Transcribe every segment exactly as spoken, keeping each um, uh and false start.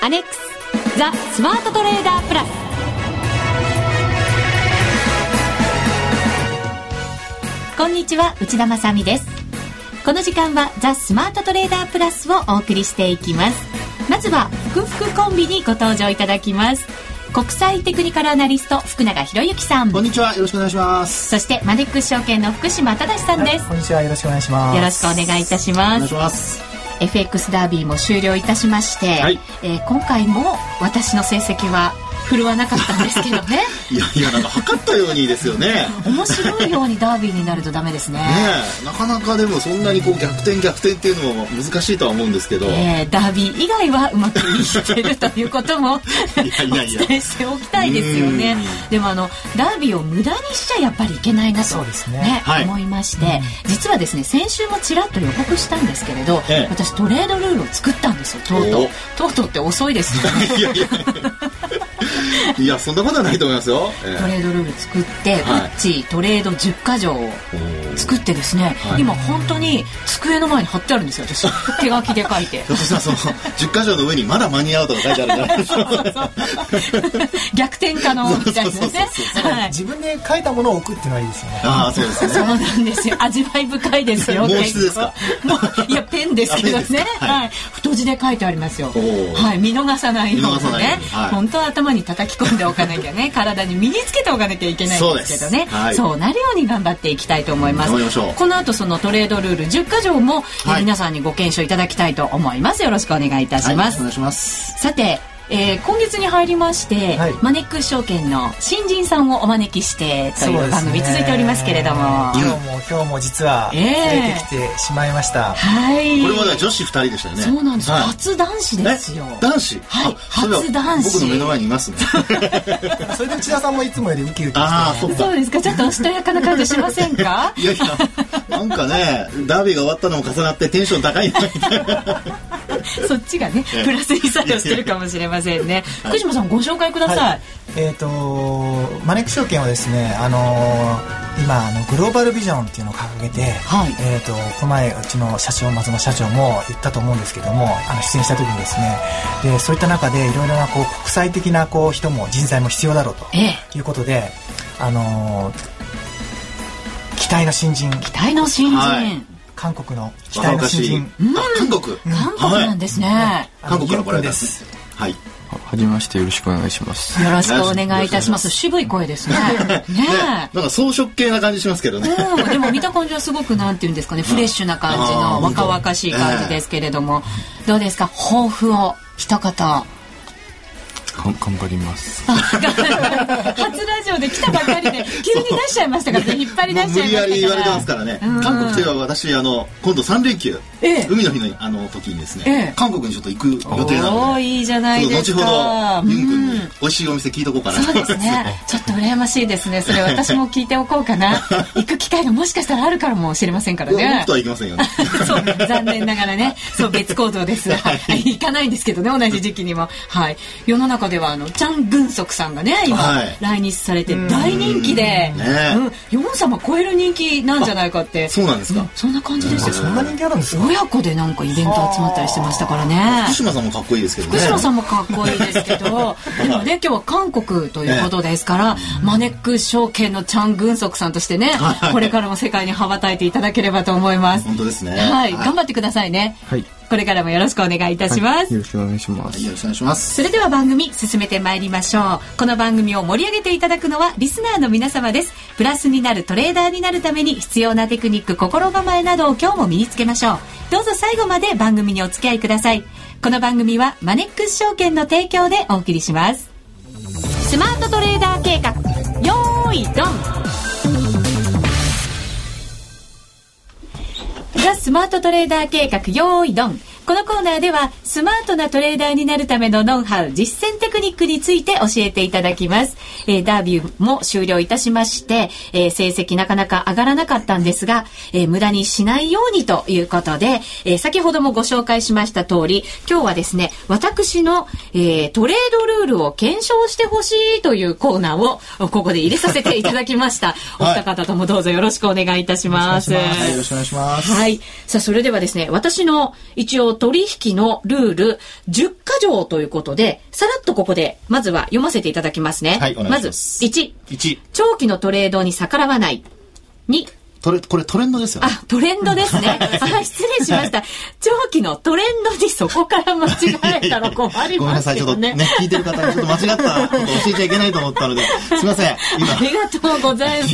アネックスザ・スマートトレーダープラス。こんにちは、内田まさみです。この時間はザ・スマートトレーダープラスをお送りしていきます。まずはふくふくコンビにご登場いただきます。国際テクニカルアナリスト福永博之さん、 こんにちは、よろしくお願いします。 そしてマネックス証券の福島忠さんです、 はい、こんにちは、よろしくお願いします。 よろしくお願いいたします。 お願いします。 エフエックス ダービーも終了いたしまして、はい、えー、今回も私の成績は振るわなかったんですけどねいやいや、なんか測ったようにですよね面白いようにダービーになるとダメです ね, ねなかなかでもそんなにこう逆転逆転っていうのも難しいとは思うんですけど、 えー、ダービー以外はうまくいってるということもいやいやいやお伝えしておきたいですよね。でもあのダービーを無駄にしちゃやっぱりいけないなと、ねね、はい、思いまして、うん、実はですね先週もちらっと予告したんですけれど、ええ、私トレードルールを作ったんですよ。とうとうとうとうって遅いですよねいやいやいや、そんなことはないと思いますよ、えー、 トレードルール作って、はい、ウッチトレードじゅっか条を作ってですね、はい、今本当に机の前に貼ってあるんですよ、私手書きで書いてそしたらそのじゅっか条の上にまだ間に合うとか書いてあるからそうそうそう逆転可能みたいなね。 自分で書いたものを置くっていうのはいいですよね。 ああ、そうですね。 そうなんですよ、味わい深いですよ。 毛筆ですか？ もういやペンですけどね、はいはい、太字で書いてありますよ、はい、見逃さないようにね、はい、本当は頭に叩き込んでおかなきゃね体に身につけておかなきゃいけないんですけどね、 そう、はい、そうなるように頑張っていきたいと思います。この後そのトレードルールじゅっか条も、はい、皆さんにご検証いただきたいと思います。よろしくお願いいたします、 はい、お願いします。 さて、えー、今月に入りまして、はい、マネックス証券の新人さんをお招きしてという番組続いておりますけれども、 今日も今日も実は増えてきてしまいました、 えー、はい、 これまでは女子ふたりでしたよね。 そうなんです、 はい、 初男子ですよ。 男子、 はい、初男子、 僕の目の前にいますねそれで内田さんもいつもよりウキウキして、 あ、そうそうですか、ちょっとおしとやかな感じしませんかいやいや、なんかねダービーが終わったのも重なってテンション高いなみたいなそっちがねプラスに作用してるかもしれませんね。福島さん、ご紹介ください。はい、 えーとマネックス証券はですね、あのー、今あのグローバルビジョンっていうのを掲げて、はい、えーとこの前うちの社長松本社長も言ったと思うんですけども、あの出演した時にですね、でそういった中でいろいろなこう国際的なこう人も人材も必要だろうということで、ええ、あのー、期待の新人期待の新人、はい、 韓国の期待の新人、 うん、あ、韓国、 うん、韓国なんですね、はい、 韓国から来られたんです。はい、 はじめまして、よろしくお願いします。 よろしくお願いいたします。渋い声ですね。ねえ、 なんか装飾系な感じしますけどね。 うん、でも見た感じはすごくなんていうんですかね、フレッシュな感じの若々しい感じですけれども、えー、どうですか、抱負を一言。 頑張ります初ラジオで来たばかりで急に出しちゃいましたからね、引っ張り出しちゃいましたから。 無理やり言われてますからね、うん、韓国といえば私あの今度さん連休、ええ、海の日のあの時にですね、ええ、韓国にちょっと行く予定なので、 いいじゃないですか。 後ほどユン君に美味しいお店聞いとこうかな。 そうですね、ちょっと羨ましいですね。それ私も聞いておこうかな行く機会がもしかしたらあるからもしれませんからね。 僕とは行きませんよねそう残念ながらね、そう別行動です、はい、行かないんですけどね、同じ時期にも、はい、世の中ではあのチャン・グンソクさんがね今、はい、来日されて大人気で、ね、うん、ヨン様超える人気なんじゃないかって。 そうなんですか、 うん、そんな感じですよ。 そんな人気あるんですか。 親子でなんかイベント集まったりしてましたからね。 福島さんもかっこいいですけどね。 福島さんもかっこいいですけどでもね、今日は韓国ということですから、ね、マネックス証券のチャン・グンソクさんとしてね、はい、これからも世界に羽ばたいていただければと思います。 本当ですね、 はいはい、頑張ってくださいね。はい、これからもよろしくお願いいたします、はい、 よろしくお願いします、 はい、よろしくお願いします。 それでは番組進めてまいりましょう。この番組を盛り上げていただくのはリスナーの皆様です。プラスになるトレーダーになるために必要なテクニック、心構えなどを今日も身につけましょう。どうぞ最後まで番組にお付き合いください。この番組はマネックス証券の提供でお送りします。スマートトレーダー計画、よーいドン。ザ・スマートトレーダー計画、よーいドン。このコーナーではスマートなトレーダーになるためのノウハウ、実践テクニックについて教えていただきます。えー、ダービーも終了いたしまして、えー、成績なかなか上がらなかったんですが、えー、無駄にしないようにということで、えー、先ほどもご紹介しました通り、今日はですね、私の、えー、トレードルールを検証してほしいというコーナーをここで入れさせていただきましたお二方ともどうぞよろしくお願いいたします。 はい、よろしくお願いします。 はい、さあそれではですね、私の一応取引のルールじゅっか条ということで、さらっとここでまずは読ませていただきますね。 はい、お願いします。まずいち、いち長期のトレードに逆らわない。に、 トレこれトレンドですよね。 あ、トレンドですね。あ、失礼しました。長期のトレンドにそこから間違えたら困りますけどね。 ごめんなさい、ちょっとね、聞いてる方にちょっと間違ったこと教えちゃいけないと思ったので、すいません。 今ありがとうございます。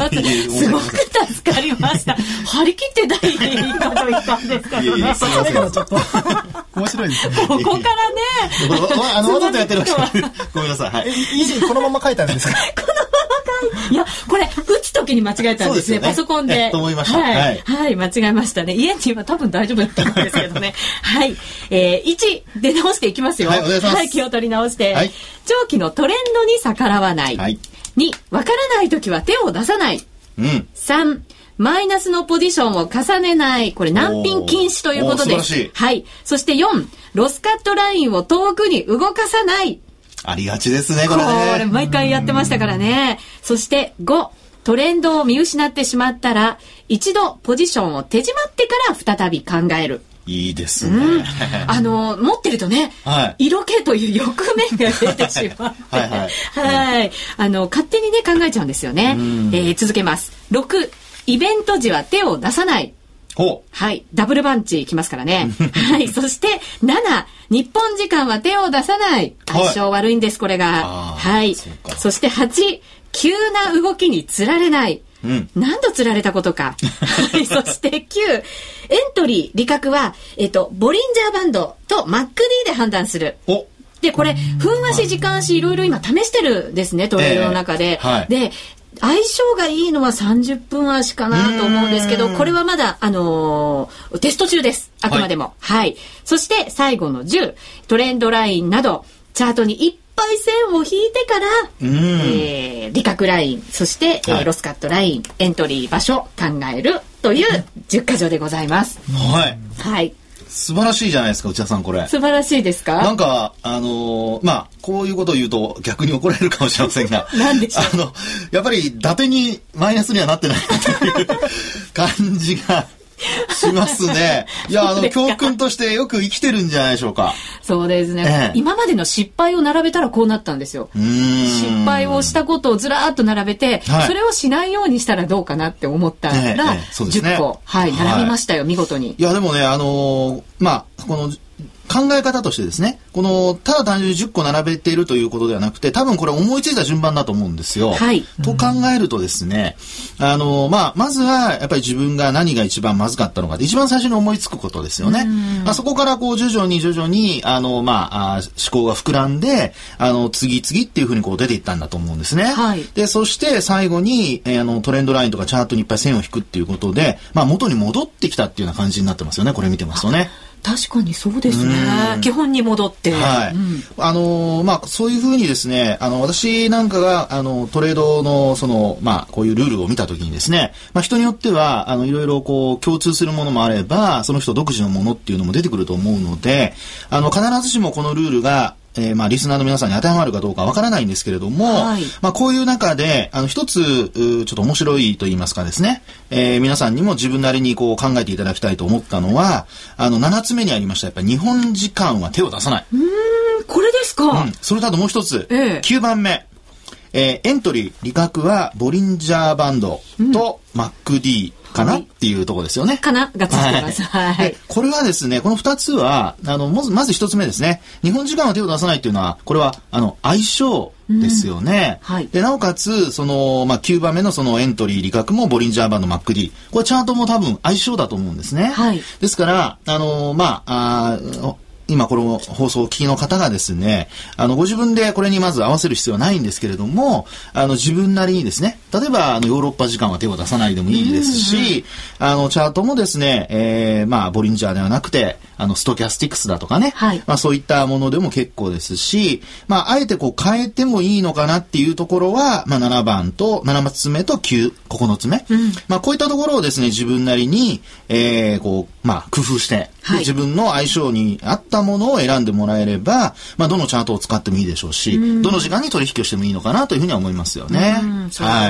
すごく助かりました。張り切って第一回と言ったんですけどね。 すいません、ちょっと面白いですね。 ここからね。 あの、わざとやってるわけ。ごめんなさい。はい。 以前このまま書いたんですか？ このまま書いいや、これ、打つときに間違えたんですね。パソコンで。 と思いました。 はい。はい、間違えましたね。家には多分大丈夫だったんですけどね。はい。えー、いち、出直していきますよ。 はい、お願いします。 はい、気を取り直して。 はい。 長期のトレンドに逆らわない。 はい。 に、わからないときは手を出さない。 うん。 さん、マイナスのポジションを重ねない。これ難品禁止ということです。はい。そしてよん、ロスカットラインを遠くに動かさない。 ありがちですね、これね。 これ毎回やってましたからね。そしてご、トレンドを見失ってしまったら、一度ポジションを手締まってから再び考える。 いいですね。 うん、あの、持ってるとね、はい、色気という欲面が出てしまって、はい、はいはい、あの、勝手にね、考えちゃうんですよね。えー、続けます。ろく、イベント時は手を出さない。 ほう。 はい。ダブルバンチきますからね。はい。そして、なな、日本時間は手を出さない。相性悪いんです、これが。はい。そ, そしてはち、急な動きにつられない。うん、何度つられたことか。はい。そしてきゅう、エントリー、利確は、えっと、ボリンジャーバンドと マックディー で判断する。 おで、これ、分足、時間足、いろいろ今試してるんですね、トレードの中で。えーはい、で、相性がいいのはさんじゅっぷん足かなと思うんですけど、これはまだ、あのー、テスト中です。あくまでも。はい。はい、そして最後のじゅう、トレンドラインなど、チャートにいっぱい線を引いてから、えー、利確ライン、そして、はい、えー、ロスカットライン、エントリー場所考えるというじゅっか条でございます。 はい。 はい。 素晴らしいじゃないですか、内田さん、これ。 素晴らしいですか？ なんか、あのー、まあ、こういうことを言うと逆に怒られるかもしれませんが、 なんでしょう。 あの、やっぱり、伊達にマイナスにはなってないという感じがしますね。いや、あの、教訓としてよく生きてるんじゃないでしょうか。 そうですね。ええ、今までの失敗を並べたらこうなったんですよ。 うーん、 失敗をしたことをずらーっと並べて、はい、それをしないようにしたらどうかなって思ったら、ええええ、じゅっこ、はい、並びましたよ、はい、見事に。 いや、でもね、あのー、まあ、この、考え方としてですね、このただ単純にじゅっこ並べているということではなくて、多分これ思いついた順番だと思うんですよ。 はい。 と考えるとですね、あのまあまずはやっぱり自分が何が一番まずかったのかで一番最初に思いつくことですよね。まあ、そこからこう徐々に徐々にあのまあ思考が膨らんで、あの次々っていうふうにこう出ていったんだと思うんですね。 はい。 でそして最後に、えー、あのトレンドラインとかチャートにいっぱい線を引くっていうことで、まあ元に戻ってきたっていうような感じになってますよね。これ見てますとね。 確かにそうですね。基本に戻って。 はい。うん、あのー、まあ、そういうふうにですね、あの、私なんかが、あの、トレードの、その、まあ、こういうルールを見たときにですね、まあ、人によっては、あの、いろいろこう、共通するものもあれば、その人独自のものっていうのも出てくると思うので、あの、必ずしもこのルールが、えー、まあ、リスナーの皆さんに当てはまるかどうかわからないんですけれども、はい、まあ、こういう中で、あの、一つ、ちょっと面白いと言いますかですね、えー、皆さんにも自分なりにこう考えていただきたいと思ったのは、あの、ななつめにありました、やっぱり日本時間は手を出さない。 うーん、これですか。 うん。それとあともう一つ、ええ、きゅうばんめ、えー、エントリー、利確はボリンジャーバンドと マックディー、かなっていうところですよね。 かながついてます。はい。はい、 これはですね、この二つは、あの、まず、まず一つ目ですね。日本時間は手を出さないっていうのは、これは、あの、相性ですよね。 うん、はい。 で、なおかつ、その、まあ、きゅうばんめのそのエントリー、利確もボリンジャーバンド、マックディー。これチャートも多分相性だと思うんですね。 はい。 ですから、あの、まあ、あ今この放送を聞きの方がですね、あのご自分でこれにまず合わせる必要はないんですけれども、あの自分なりにですね、例えばあのヨーロッパ時間は手を出さないでもいいですし、あのチャートもですね、えー、まあボリンジャーではなくてあのストキャスティクスだとかね、 はい、まあそういったものでも結構ですし、まああえてこう変えてもいいのかなっていうところは、まあななばんとななつめときゅう、ここのつめ、うん、まあこういったところをですね自分なりに、えー、こうまあ工夫して、はい、自分の相性に合ったものを選んでもらえれば、まあ、どのチャートを使ってもいいでしょうし、うん、どの時間に取引をしてもいいのかなというふうには思いますよね。 うん、そうで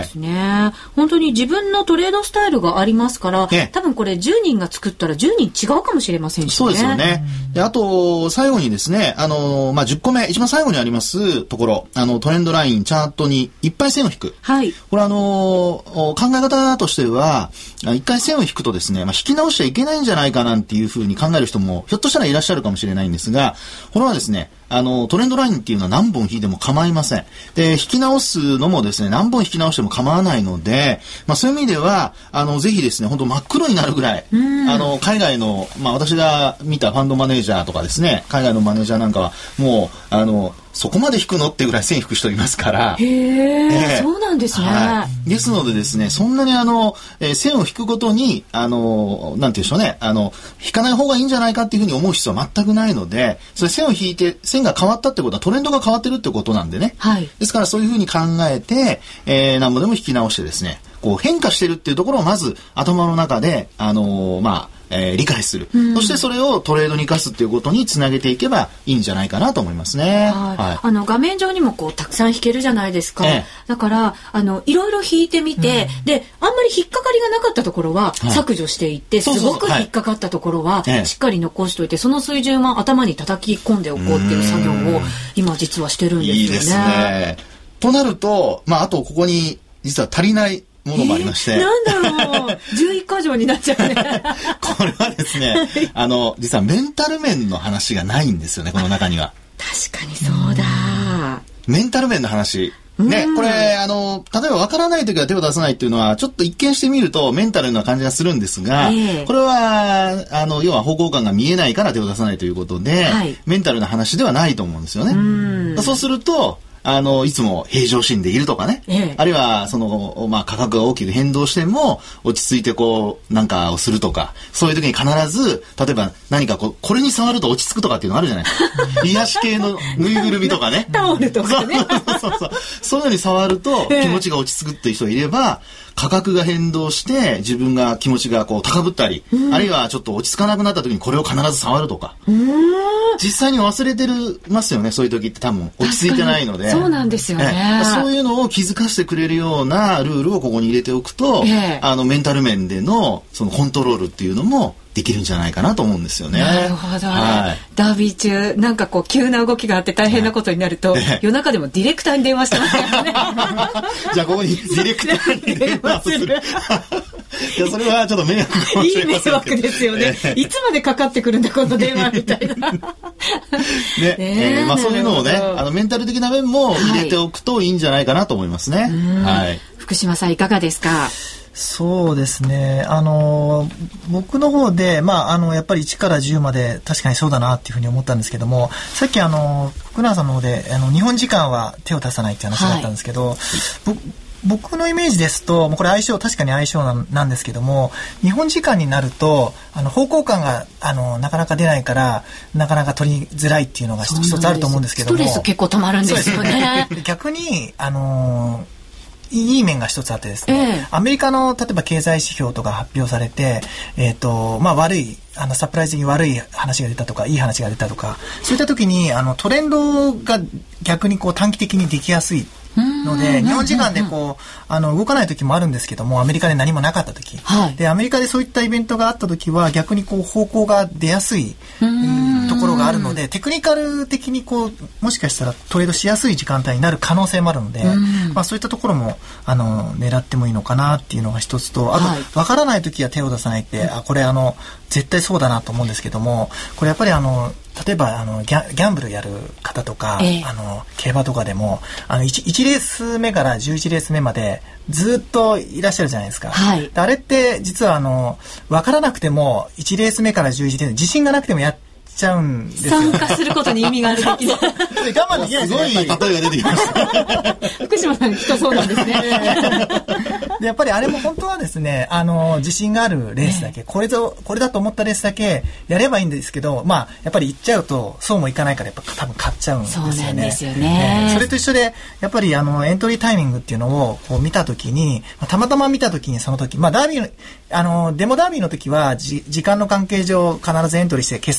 ですね。本当に自分のトレードスタイルがありますから、多分これじゅうにんが作ったらじゅうにん違うかもしれませんしね。 そうですよね。で、あと、最後にですね、あの、まあ、じゅっこめ、一番最後にありますところ、あの、トレンドライン、チャートにいっぱい線を引く。 はい。 これあの、考え方としては、一回線を引くとですね、まあ、引き直しちゃいけないんじゃないかなんていうふうに考える人も、ひょっとしたらいらっしゃるかもしれないんですが、これはですね、あの、トレンドラインっていうのは何本引いても構いません。で、引き直すのもですね、何本引き直しても構わないので、まあそういう意味では、あの、ぜひですね、本当真っ黒になるぐらい、あの、海外の、まあ私が見たファンドマネージャーとかですね、海外のマネージャーなんかは、もう、あの、そこまで引くのっていうぐらい線引く人いますから。 へー、えー、そうなんですね。 はい。ですのでですね、そんなにあの、えー、線を引くごとに、あの、なんていうんでしょうね、あの、引かない方がいいんじゃないかっていうふうに思う必要は全くないので、それ線を引いて、線が変わったってことはトレンドが変わってるってことなんでね。 はい。 ですからそういうふうに考えて、えー、何本でも引き直してですね、こう変化してるっていうところをまず頭の中で、あのー、まあ、えー、理解する、うん、そしてそれをトレードに生かすっていうことにつなげていけばいいんじゃないかなと思いますね。 はい、はい、あの画面上にもこうたくさん引けるじゃないですか、ええ、だからあのいろいろ引いてみて、うん、であんまり引っかかりがなかったところは削除していって、はい、すごく引っかかったところはしっかり残しておいて、その水準は頭に叩き込んでおこうっていう作業を今実はしてるんですよね。いいですね。 となると、まあ、あとここに実は足りないものもありまして、えー、 なんだろうじゅういっかじょうになっちゃうねこれはですねあの実はメンタル面の話がないんですよね、この中には。 確かにそうだ、 メンタル面の話ね、これあの例えば分からないときは手を出さないっていうのはちょっと一見してみるとメンタルな感じがするんですが、えー、これはあの要は方向感が見えないから手を出さないということで、はい、メンタルな話ではないと思うんですよね。うんそうするとあの、いつも平常心でいるとかね。ええ、あるいは、その、まあ、価格が大きく変動しても、落ち着いてこう、なんかをするとか、そういう時に必ず、例えば何かこう、これに触ると落ち着くとかっていうのあるじゃないですか。癒し系のぬいぐるみとかね。 タオルとかね。 そうそうそう。そういうのに触ると気持ちが落ち着くっていう人がいれば、価格が変動して自分が気持ちがこう高ぶったり、うん、あるいはちょっと落ち着かなくなった時にこれを必ず触るとか、実際に忘れてるますよね、そういう時って多分落ち着いてないので。 そうなんですよね。 そういうのを気づかせてくれるようなルールをここに入れておくと、えー、あのメンタル面でのそのコントロールっていうのもできるんじゃないかなと思うんですよね。 なるほど、はい、ダービー中なんかこう急な動きがあって大変なことになると、はい、夜中でもディレクターに電話してますからねじゃあここにディレクターに電話するいやそれはちょっと迷惑かもしれませんけど。いい迷惑ですよね、えー、いつまでかかってくるんだこの電話みたいなね、 えーまあ、そういうのをねあのメンタル的な面も入れておくといいんじゃないかなと思いますね。はい、 福島さんいかがですか。 そうですね。あの、僕の方で、まあ、あの、やっぱりいちからじゅうまで確かにそうだなっていうふうに思ったんですけども、さっきあの、福永さんの方で、あの、日本時間は手を出さないっていう話だったんですけど、はい、僕のイメージですと、これ相性、確かに相性 な, なんですけども、日本時間になると、あの、方向感が、あの、なかなか出ないから、なかなか取りづらいっていうのが一つあると思うんですけども。 ストレス結構溜まるんですよね。 逆に、あの、いい面が一つあってですね、えー、アメリカの例えば経済指標とか発表されて、えーとまあ、悪いあのサプライズに悪い話が出たとかいい話が出たとかそういった時にあのトレンドが逆にこう短期的にできやすいので日本時間でこうあの動かない時もあるんですけどもアメリカで何もなかった時、はい、でアメリカでそういったイベントがあった時は逆にこう方向が出やすいところがあるのでテクニカル的にこうもしかしたらトレードしやすい時間帯になる可能性もあるので、まあ、そういったところもあの狙ってもいいのかなっていうのが一つとあと、はい、分からない時は手を出さないってあこれあの絶対そうだなと思うんですけどもこれやっぱりあの例えばあのギャ、ギャンブルやる方とか、えー、あの競馬とかでもあの 1, いちレース目からじゅういちレース目までずっといらっしゃるじゃないですか、はい、あれって実はあの分からなくてもいちレース目からじゅういちレース自信がなくてもやってちゃうんですよ。 参加することに意味がある的な我慢できないです。すごい例えが出てきました福島さんきっとそうなんですねでやっぱりあれも本当はですねあの自信があるレースだけ、ね、これぞこれだと思ったレースだけやればいいんですけどまあやっぱり行っちゃうとそうもいかないからやっぱ多分買っちゃうんですよね。 そうなんですよね、 えー、それと一緒でやっぱりあのエントリータイミングっていうのをこう見たときに、まあ、たまたま見たときにその時まあダービーのあのデモダービーの時はじ時間の関係上必ずエントリーして決済っていうのがある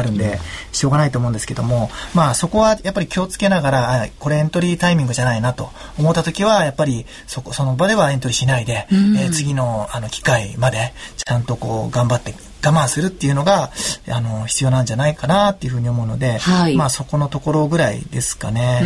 るんでしょうがないと思うんですけども、まあそこはやっぱり気をつけながら、あこれエントリータイミングじゃないなと思った時はやっぱりそこその場ではエントリーしないで、うん、えー、次のあの機会までちゃんとこう頑張って我慢するっていうのがあの必要なんじゃないかなっていうふうに思うので、はい、まあそこのところぐらいですかね。うん、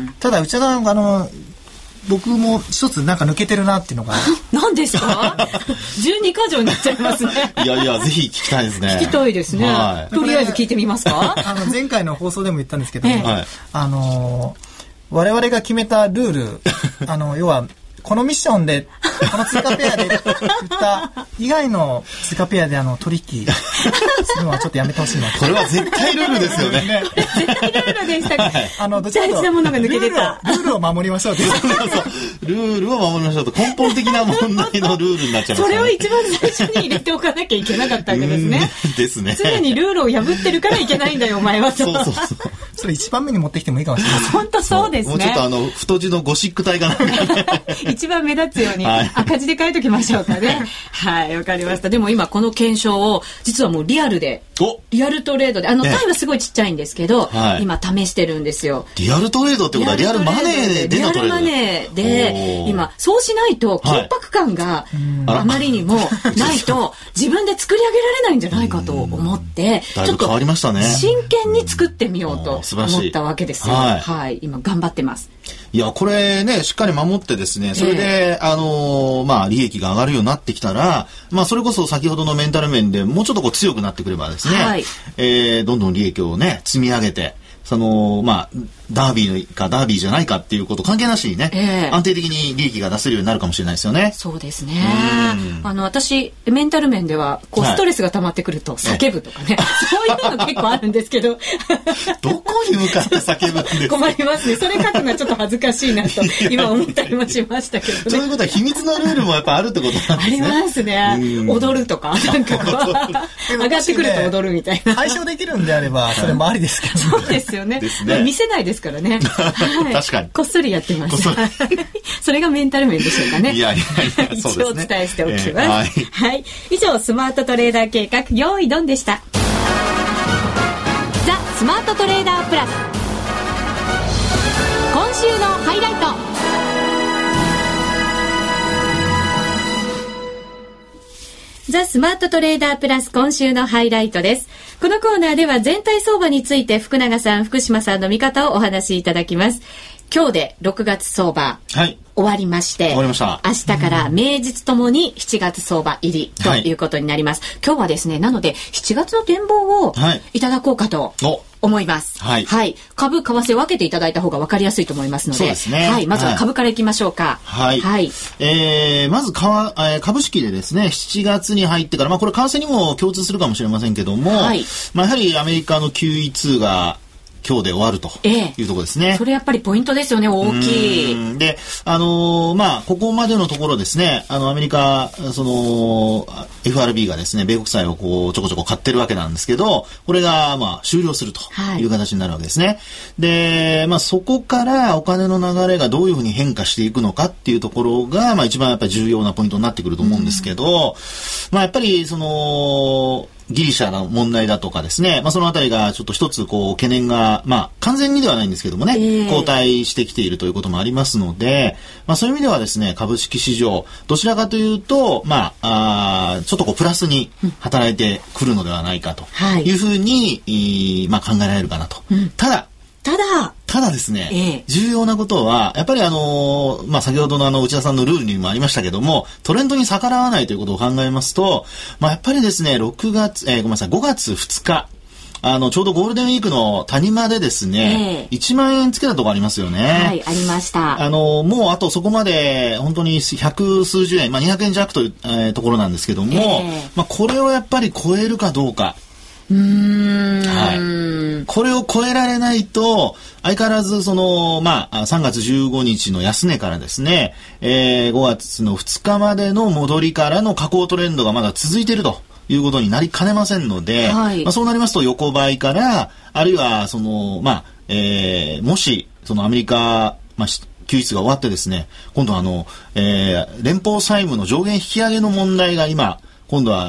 ただ内田さんあの僕も一つなんか抜けてるなっていうのが何ですかじゅうにか条になっちゃいますね。 いやいやぜひ聞きたいですね。 聞きたいですね、はい、とりあえず聞いてみますか。 あの前回の放送でも言ったんですけども、ええ、あの我々が決めたルールあの要はこのミッションでこの追加ペアで言った以外の追加ペアであの取引するのはちょっとやめてほしいな。 これは絶対ルールですよね。 絶対ルールでした。はい、 あのどちらかというと大事なものが抜けてた。 ルールを守りましょうという。そうそうルールを守りましょうと根本的な問題のルールになっちゃいますね。 それを一番最初に入れておかなきゃいけなかったわけですね。 ですね。 常にルールを破ってるからいけないんだよお前は。 そうそうそう。 それ一番目に持ってきてもいいかもしれない。 本当そうですね。 もうちょっとあの太字のゴシック体かな。 一番目立つように赤字で書いときましょうかね。はい、わかりました。でも今この検証を実はもうリアルでリアルトレードであのタイはすごいちっちゃいんですけど、はい、今試してるんですよ。 リアルトレードってことはリアルマネーでのトレード。リアルマネーで今そうしないと緊迫感があまりにもないと自分で作り上げられないんじゃないかと思ってちょっと真剣に作ってみようと思ったわけですよ。はい、はい、今頑張ってます。 いやこれねしっかり守ってですねそれで、えー、あのー、まあ利益が上がるようになってきたらまあそれこそ先ほどのメンタル面でもうちょっとこう強くなってくればですね、はい、えー、どんどん利益をね積み上げてそのまあダービーかダービーじゃないかっていうこと関係なしにね、えー、安定的に利益が出せるようになるかもしれないですよね。 そうですね。あの私メンタル面ではこうストレスが溜まってくると叫ぶとかね、はい、そういうの結構あるんですけどどこに向かって叫ぶんですか。 困りますね。それ書くのはちょっと恥ずかしいなと今思ったりもしましたけどね。 そういうことは秘密のルールもやっぱあるってことなんですね。 ありますね。踊るとかなんかこう上がってくると踊るみたいな。 解消できるんであればそれもありですけど、ね、 そうですよね。ですね。見せないですからね。はい、 確かにこっそりやってます。それがメンタル面でしょうかね。 いやいやいや、そうですね。 一応お伝えしておきます。えー、はい、はい。以上スマートトレーダー計画用意ドンでした。ザ・スマートトレーダープラス今週のハイライト。ザ・スマートトレーダープラス今週のハイライトです。このコーナーでは全体相場について福永さん、福島さんの見方をお話しいただきます。今日でろくがつ相場、はい、終わりまして、 終わりました。 明日から名実ともにしちがつ相場入りということになります。はい、今日はですね、なのでしちがつの展望をいただこうかと思います。はい。はい。株、為替分けていただいた方が分かりやすいと思いますので。そうですね。はい。まずは株からいきましょうか。 はい。はい。えー、まずか、えー、株式でですね、しちがつに入ってから、まあこれ為替にも共通するかもしれませんけども、はい。まあやはりアメリカの キューイーツー が、今日で終わるというところですね。ええ、 それやっぱりポイントですよね、大きい。 で、あのー、まあ、ここまでのところですね、あの、アメリカ、その、エフアールビー がですね、米国債をこう、ちょこちょこ買ってるわけなんですけど、これが、まあ、終了するという形になるわけですね。はい、で、まあ、そこからお金の流れがどういうふうに変化していくのかっていうところが、まあ、一番やっぱり重要なポイントになってくると思うんですけど、まあ、やっぱり、その、ギリシャの問題だとかですね、まあ、そのあたりがちょっと一つこう懸念が、まあ、完全にではないんですけどもね、えー、後退してきているということもありますので、まあ、そういう意味ではですね、株式市場どちらかというと、まあ、あちょっとこうプラスに働いてくるのではないかというふうに、はい、まあ、考えられるかなと。うん、ただただただですね、ええ、重要なことはやっぱりあのー、まあ、先ほどのあの内田さんのルールにもありましたけども、トレンドに逆らわないということを考えますと、まあ、やっぱりですね、ろくがつ、えー、ごめんなさい、ごがつふつか、あのちょうどゴールデンウィークの谷間でですね、ええ、いちまんえんつけたところありますよね。 はい、ありました。 あのもうあとそこまで本当に百数十円、まあ、にひゃくえん弱という、えー、ところなんですけども、え、まあ、これをやっぱり超えるかどうか。 うーん、 はい、これを超えられないと相変わらずその、まあ、さんがつじゅうごにちの安値からですね、えー、ごがつのふつかまでの戻りからの下降トレンドがまだ続いているということになりかねませんので、はい、まあ、そうなりますと横ばいからあるいはその、まあえー、もしそのアメリカ、まあキューイーツーが終わってですね、今度はあの、えー、連邦債務の上限引き上げの問題が今今度は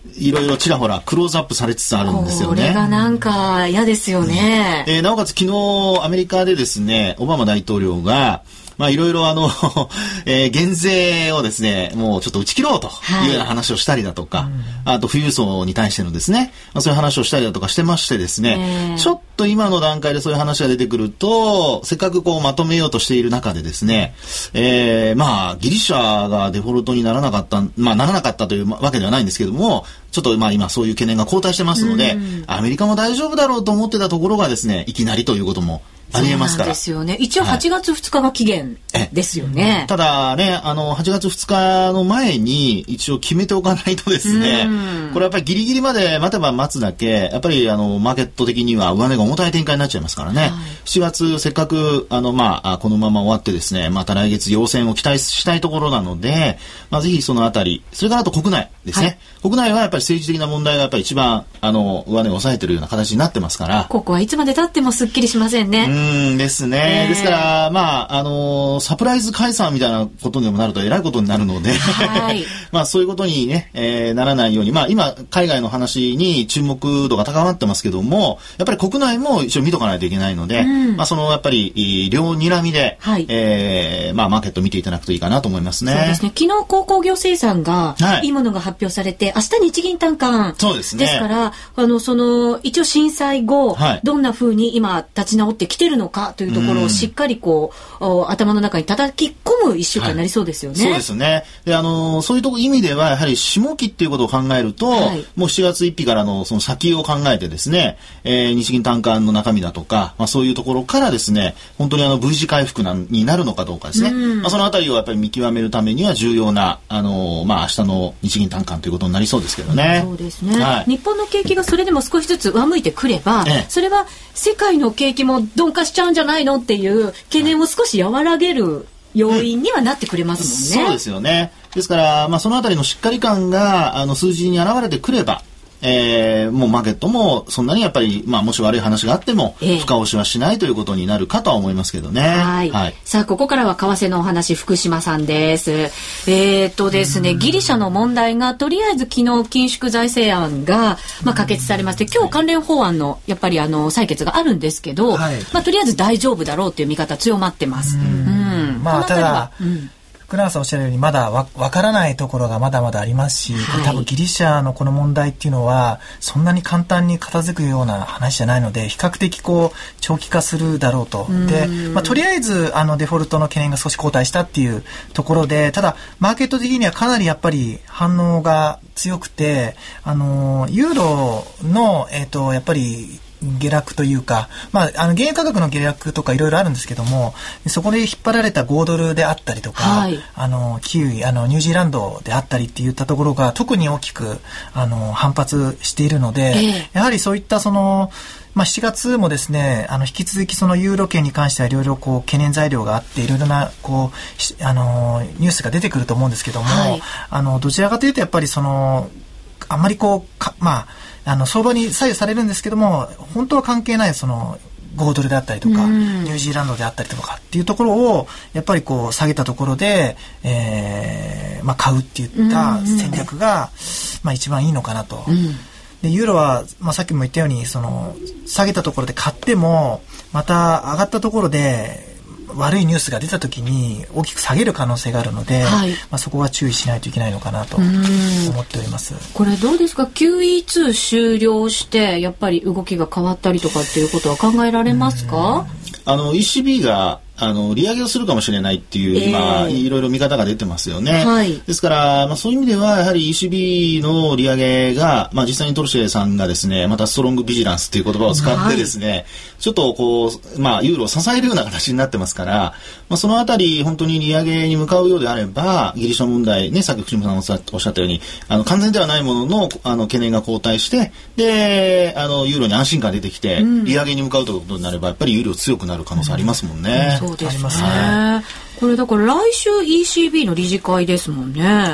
いろいろちらほらクローズアップされつつあるんですよね。 これがなんか嫌ですよね。 うん、えー、なおかつ昨日アメリカでですね、オバマ大統領がまあいろいろあの、えー、減税をですね、もうちょっと打ち切ろうというような話をしたりだとか、はい、あと富裕層に対してのですね、まあ、そういう話をしたりだとかしてましてですね、ちょっと今の段階でそういう話が出てくると、せっかくこうまとめようとしている中でですね、えー、まあギリシャがデフォルトにならなかった、まあならなかったというわけではないんですけども、ちょっとまあ今そういう懸念が後退してますので、アメリカも大丈夫だろうと思ってたところがですね、いきなりということもありえますから。そうなんですよね。一応はちがつふつかが期限ですよね。 はい、ただね、あのはちがつふつかの前に一応決めておかないとですね、これやっぱりギリギリまで待てば待つだけ、やっぱりあのマーケット的には上値が重たい展開になっちゃいますからね。はい、しちがつせっかくあのまあこのまま終わってですね、また来月陽線を期待したいところなので、まあぜひそのあたり、それからあと国内ですね。はい、国内はやっぱり政治的な問題がやっぱり一番あの上値を抑えているような形になってますから。 ここはいつまで経ってもすっきりしませんね。 うんですね。えー、ですからまああのサプライズ解散みたいなことにもなるとえらいことになるので、はい、まあそういうことにね、えー、ならないように、まあ今海外の話に注目度が高まってますけども、やっぱり国内も一応見とかないといけないので、うん、まあそのやっぱり両睨みで、はい、えー、まあマーケットを見ていただくといいかなと思いますね。 そうですね。昨日鉱工業生産がいいものが発表されて、明日日銀短観そうですね。 ですからあのその一応震災後、はい、どんな風に今立ち直ってきてるのかというところをしっかりこう、うん、頭の中に叩き込む一週間になりそうですよね。 はい、そうですね。であのそういうとこ意味ではやはり下期っていうことを考えると、はい、もうしちがつついたちからのその先を考えてですね、えー、日銀短観の中身だとか、まあ、そういうところからですね、本当にあの V 字回復なになるのかどうかですね。うん、まあ、そのあたりをやっぱり見極めるためには重要なあのまあ明日の日銀短観ということになりそうですけどね。 そうですね。はい、日本の景気がそれでも少しずつ上向いてくれば、ええ、それは世界の景気も鈍化しちゃうんじゃないのっていう懸念を少し和らげる要因にはなってくれますもんね。 うん、そうですよね。ですから、まあ、そのあたりのしっかり感があの数字に現れてくれば、えー、もうマーケットもそんなにやっぱり、まあ、もし悪い話があっても深押しはしないということになるかとは思いますけどね。 はい、はい、さあここからは為替のお話、福島さんです。えー、っとですねギリシャの問題がとりあえず昨日緊縮財政案が、まあ、可決されまして、今日関連法案のやっぱりあの採決があるんですけど、はい、まあ、とりあえず大丈夫だろうという見方強まってます。うん、 うん、まあ、ただ、うん福永さんおっしゃるようにまだわ分からないところがまだまだありますし、はい、多分ギリシャのこの問題っていうのはそんなに簡単に片付くような話じゃないので、比較的こう長期化するだろうと。で、まあ、とりあえずあのデフォルトの懸念が少し後退したっていうところで、ただマーケット的にはかなりやっぱり反応が強くて、あのユーロの、えーと、やっぱり下落というか、まあ、あの原油価格の下落とかいろいろあるんですけども、そこで引っ張られたごドルであったりとか、はい、あのキウイあのニュージーランドであったりっていったところが特に大きくあの反発しているので、えー、やはりそういったそのまあ、しちがつもですね、あの引き続きそのユーロ圏に関してはいろいろこう懸念材料があって、いろいろなこうあのニュースが出てくると思うんですけども、はい、あのどちらかというとやっぱりそのあんまりこうかまああの相場に左右されるんですけども、本当は関係ないそのごドルであったりとか、ニュージーランドであったりとかっていうところをやっぱりこう下げたところで、えーまあ、買うっていった戦略が、まあ、一番いいのかなと。でユーロは、まあ、さっきも言ったようにその下げたところで買ってもまた上がったところで悪いニュースが出た時に大きく下げる可能性があるので、はい、まあ、そこは注意しないといけないのかなと思っております。 これどうですか キューイーツー 終了してやっぱり動きが変わったりとかっていうことは考えられますか？ あの イーシービー があの利上げをするかもしれないっていう、えー、今いろいろ見方が出てますよね。はい、ですから、まあ、そういう意味ではやはり イーシービー の利上げが、まあ、実際にトルシエさんがですねまたストロングビジランスっていう言葉を使ってですね、はい、ちょっとこう、まあ、ユーロを支えるような形になってますから、まあ、そのあたり本当に利上げに向かうようであればギリシャ問題ね、さっき福島さんおっしゃったようにあの完全ではないものの、あの懸念が後退してであのユーロに安心感出てきて、うん、利上げに向かうということになればやっぱりユーロ強くなる可能性ありますもんね。 うん、そうですね。はい、これだから来週 イーシービー の理事会ですもんね。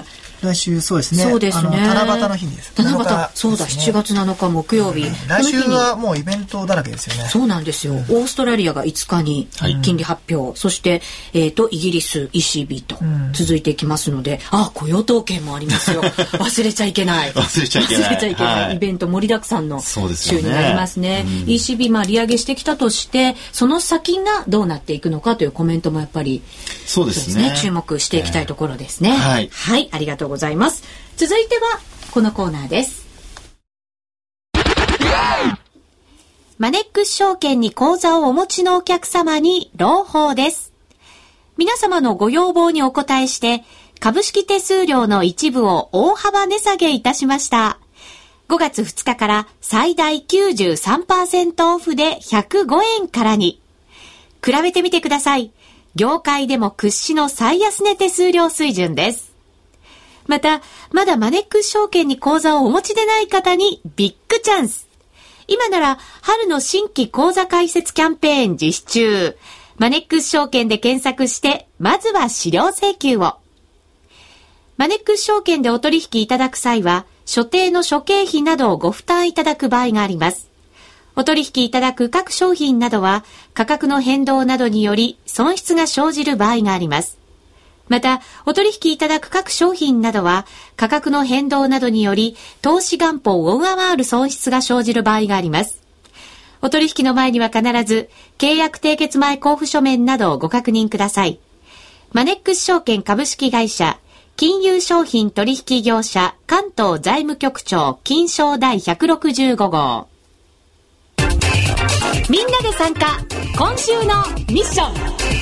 来週そうですね。 そうですね。 七夕の日です。 七夕、そうだ、しちがつなのか木曜日。うん、 来週はもうイベントだらけですよね。 そうなんですよ。うん、オーストラリアがいつかに金利発表、はい、そして、えっと、イギリス イーシービー と続いていきますので、うん、あ、雇用統計もありますよ。忘れちゃいけない。 忘れちゃいけない。 忘れちゃいけない。はい、イベント盛りだくさんの週になりますね。うん、イーシービー、まあ、利上げしてきたとして、その先がどうなっていくのかというコメントもやっぱり、 そうですね。そうですね、 注目していきたいところですね。えー、はい。はい、ありがとうございます。続いてはこのコーナーです。マネックス証券に口座をお持ちのお客様に朗報です。皆様のご要望にお応えして株式手数料の一部を大幅値下げいたしました。ごがつふつかから最大 きゅうじゅうさんパーセント オフでひゃくごえんからに。比べてみてください。業界でも屈指の最安値手数料水準です。また、まだマネックス証券に口座をお持ちでない方にビッグチャンス。今なら春の新規口座開設キャンペーン実施中。マネックス証券で検索して、まずは資料請求を。マネックス証券でお取引いただく際は、所定の諸経費などをご負担いただく場合があります。お取引いただく各商品などは、価格の変動などにより損失が生じる場合があります。また、お取引いただく各商品などは、価格の変動などにより、投資元本を上回る損失が生じる場合があります。お取引の前には必ず、契約締結前交付書面などをご確認ください。マネックス証券株式会社、金融商品取引業者、関東財務局長、金商第ひゃくろくじゅうご号。みんなで参加、今週のミッション。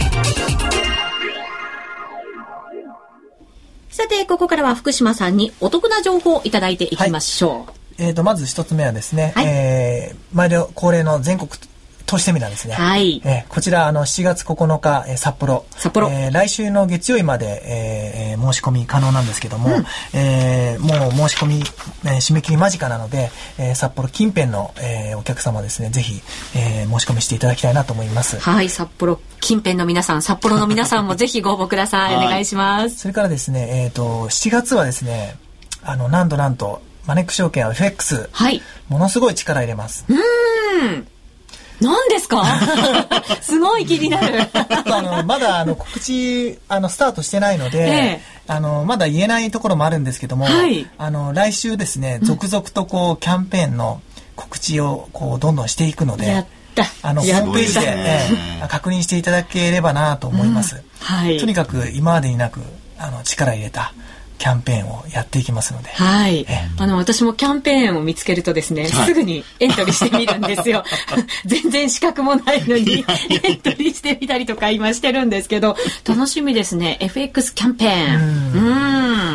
さて、ここからは福島さんにお得な情報をいただいていきましょう。はい、 えーと、まず一つ目はですね、はい、えー、毎度恒例の全国投資セミナーですね。はい。えー、こちら、あの、しちがつここのか、えー、札幌。 札幌。 えー、来週の月曜日まで、えー、申し込み可能なんですけども、うん、えー、もう申し込み、えー、締め切り間近なので、えー、札幌近辺の、えー、お客様ですね、ぜひ、えー、申し込みしていただきたいなと思います。 はい、札幌近辺の皆さん、札幌の皆さんもぜひご応募ください。お願いします。 それからですね、えーと、しちがつはですね、あの、なんとなんと、マネック証券は エフエックス、はい、ものすごい力入れます。 うーん。何ですかすごい気になるあのまだあの告知あのスタートしてないので、ええ、あのまだ言えないところもあるんですけども、はい、あの来週ですね続々とこうキャンペーンの告知をこうどんどんしていくので、 やったあのホームページで、ね、確認していただければなと思います、うん、はい、とにかく今までになくあの力入れたキャンペーンをやっていきますので、 はい、あの私もキャンペーンを見つけるとですね、はい、すぐにエントリーしてみるんですよ全然資格もないのにエントリーしてみたりとか今してるんですけど、楽しみですね。 エフエックス キャンペーン、うん、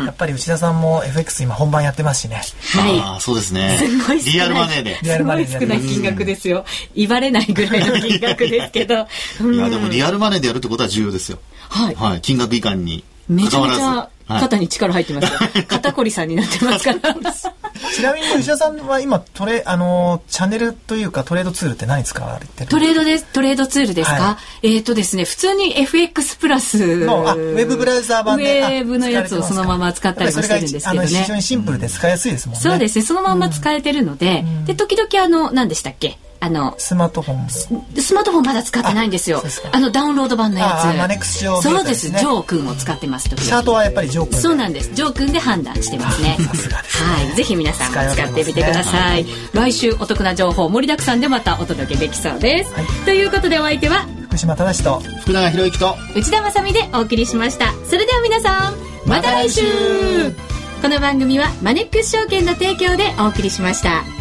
うん、やっぱり内田さんも エフエックス 今本番やってますしね。 はい、あ、そうですね。 すごい少ない、 リアルマネーで、 すごい少ない金額ですよ。言われないぐらいの金額ですけど、 うん、いやでもリアルマネーでやるってことは重要ですよ。はい、はい、金額以下にめちゃめちゃ肩に力入ってますよ、はい、肩こりさんになってますからちなみに内田さんは今トレあのチャンネルというかトレードツールって何使われてる？ トレードです。トレードツールですか、はい、えっ、ー、とですね、普通に エフエックス プラスのあウェブブラウザー版でウェブのやつをそのまま使ったりもしてるんですけどね。 非常にシンプルで使いやすいですもんね。 そうですね、そのまま使えてるので、うん、で時々あの何でしたっけ、あのスマートフォンスマートフォンまだ使ってないんですよ。 あ, あのダウンロード版のやつ、 マネックス上、 そうです、ジョー君を使ってます。 チャートはやっぱりジョー君、 そうなんです、ジョー君で判断してますね。 さすがですね。 はい、ぜひ皆さんも使ってみてください、ね、はい、来週お得な情報盛りだくさんでまたお届けできそうです、はい、ということでお相手は福島正と福永博之と内田まさみでお送りしました。それでは皆さんまた来週、また来週。この番組はマネックス証券の提供でお送りしました。